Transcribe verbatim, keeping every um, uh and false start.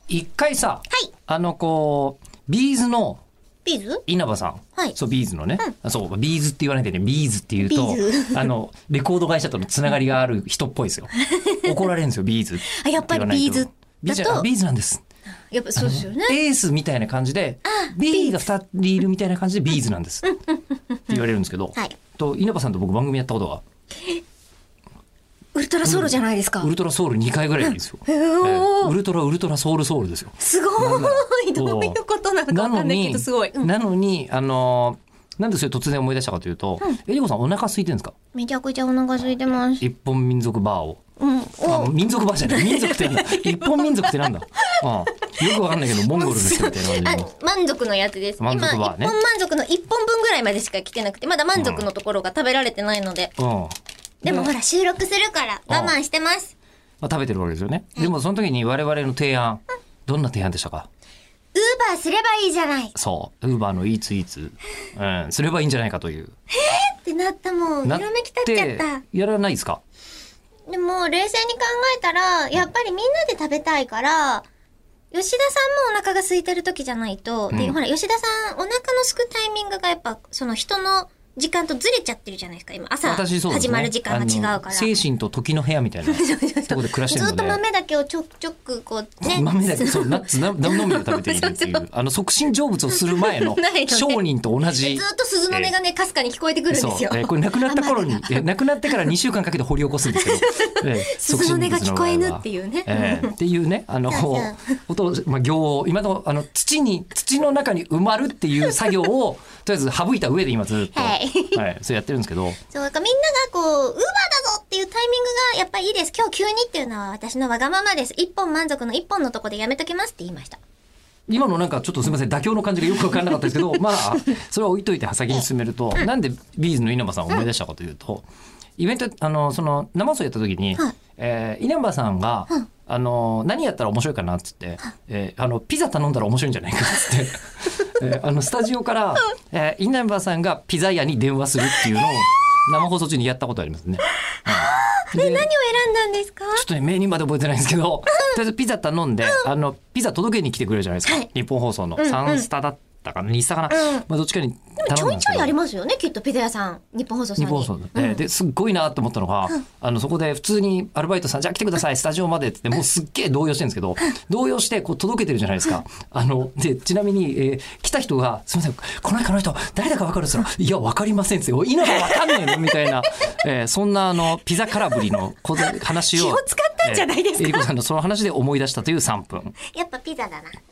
一回さ、 はい、 あのこうビーズのビーズ稲葉さん、 はい、 そうビーズのね、うん、そうビーズって言わないでね、ビーズって言うとあのレコード会社とのつながりがある人っぽいですよ。怒られるんですよ、ビーズあ、やっぱりビーズだとビーズあビーズなんです。 やっぱそうですよね。 エースみたいな感じで B がふたりいるみたいな感じでビーズなんですって言われるんですけど、はい、と稲葉さんと僕番組やったことがウルトラソウルじゃないですか。 ウルトラソウルにかいぐらいですよ、えー、ウルトラウルトラソウルソウルですよ。 すごい。どういうことなのか分かんないけどすごい、うん、 なのにあのー、なんでそれ突然思い出したかというと、うん、えりこさんお腹空いてるんですか？ めちゃくちゃお腹空いてます。 一本民族バーを、 うん、 あ民族バーじゃない民族ってなんだ一本民族ってなんだああよくわかんないけどモンゴルの人みたいな感じで満足のやつです。 満足バーね、 今一本満足のいっぽんぶんぐらいまでしか来てなくてまだ満足のところが食べられてないので、うん、でもほら収録するから我慢してます。 まあ、食べてるわけですよね、はい、でもその時に我々の提案、うん、どんな提案でしたか？ ウーバーすればいいじゃない。 そうウーバーのイーツイーツ、うん、すればいいんじゃないかというえーってなったもん。ひらめき立っちゃった。 やらないですか？ でも冷静に考えたらやっぱりみんなで食べたいから吉田さんもお腹が空いてる時じゃないと、うん、でほら吉田さんお腹の空くタイミングがやっぱその人の時間とずれちゃってるじゃないですか。今朝始まる時間が違うから、 精神と時の部屋みたいなところで暮らしてるのでずっと豆だけをちょくちょくこうね豆だけそうナッツのみを食べているっていうあの促進成仏をする前の商人と同じずっと鈴の音がねかすかに聞こえてくるんですよ。 そう、えー、これ亡くなった頃に亡くなってからにしゅうかんかけて掘り起こすんですけど、えー、 鈴の音が聞こえぬっていうね、 えー、っていうねあの音、まあ、行を今のあの土に土の中に埋まるっていう作業をとりあえず省いた上で今ずっと、はいはい、そうやってるんですけど、 そうだからみんながこうウーバーだぞっていうタイミングがやっぱりいいです。今日急にっていうのは私のわがままです。一本満足の一本のとこでやめときますって言いました。 今のなんかちょっとすみません妥協の感じがよく分からなかったですけどまあそれは置いといて先に進めると、うん、なんでビーズの稲葉さんを思い出したかというと、イベントあのその生放送やった時に、はい、えー、稲葉さんが、うん、あの何やったら面白いかなっつって、えー、あのピザ頼んだら面白いんじゃないかっつってえー、あのスタジオから、えー、稲葉さんがピザ屋に電話するっていうのを生放送中にやったことありますね。 うん、で何を選んだんですか？ ちょっとねメニューまで覚えてないんですけど、とりあえずピザ頼んで、うん、あのピザ届けに来てくれるじゃないですか、はい、日本放送の、うんうん、サンスタだったかな日スタかな、うん、まあ、どっちかにでもちょいちょいありますよねきっとピザ屋さん日本放送さんに。日本放送で、うん、ですっごいなと思ったのが、うん、あのそこで普通にアルバイトさんじゃあ来てくださいスタジオまでってもうすっげえ動揺してるんですけど動揺してこう届けてるじゃないですか。あのでちなみに、えー、来た人がすみませんこの中の人誰だか分かるんですよいや分かりませんって稲葉分かんねえのみたいな、えー、そんなあのピザ空振りの話を気を使ったんじゃないですか、 えー、えりこさんのその話で思い出したというさんぷん。 やっぱピザだな。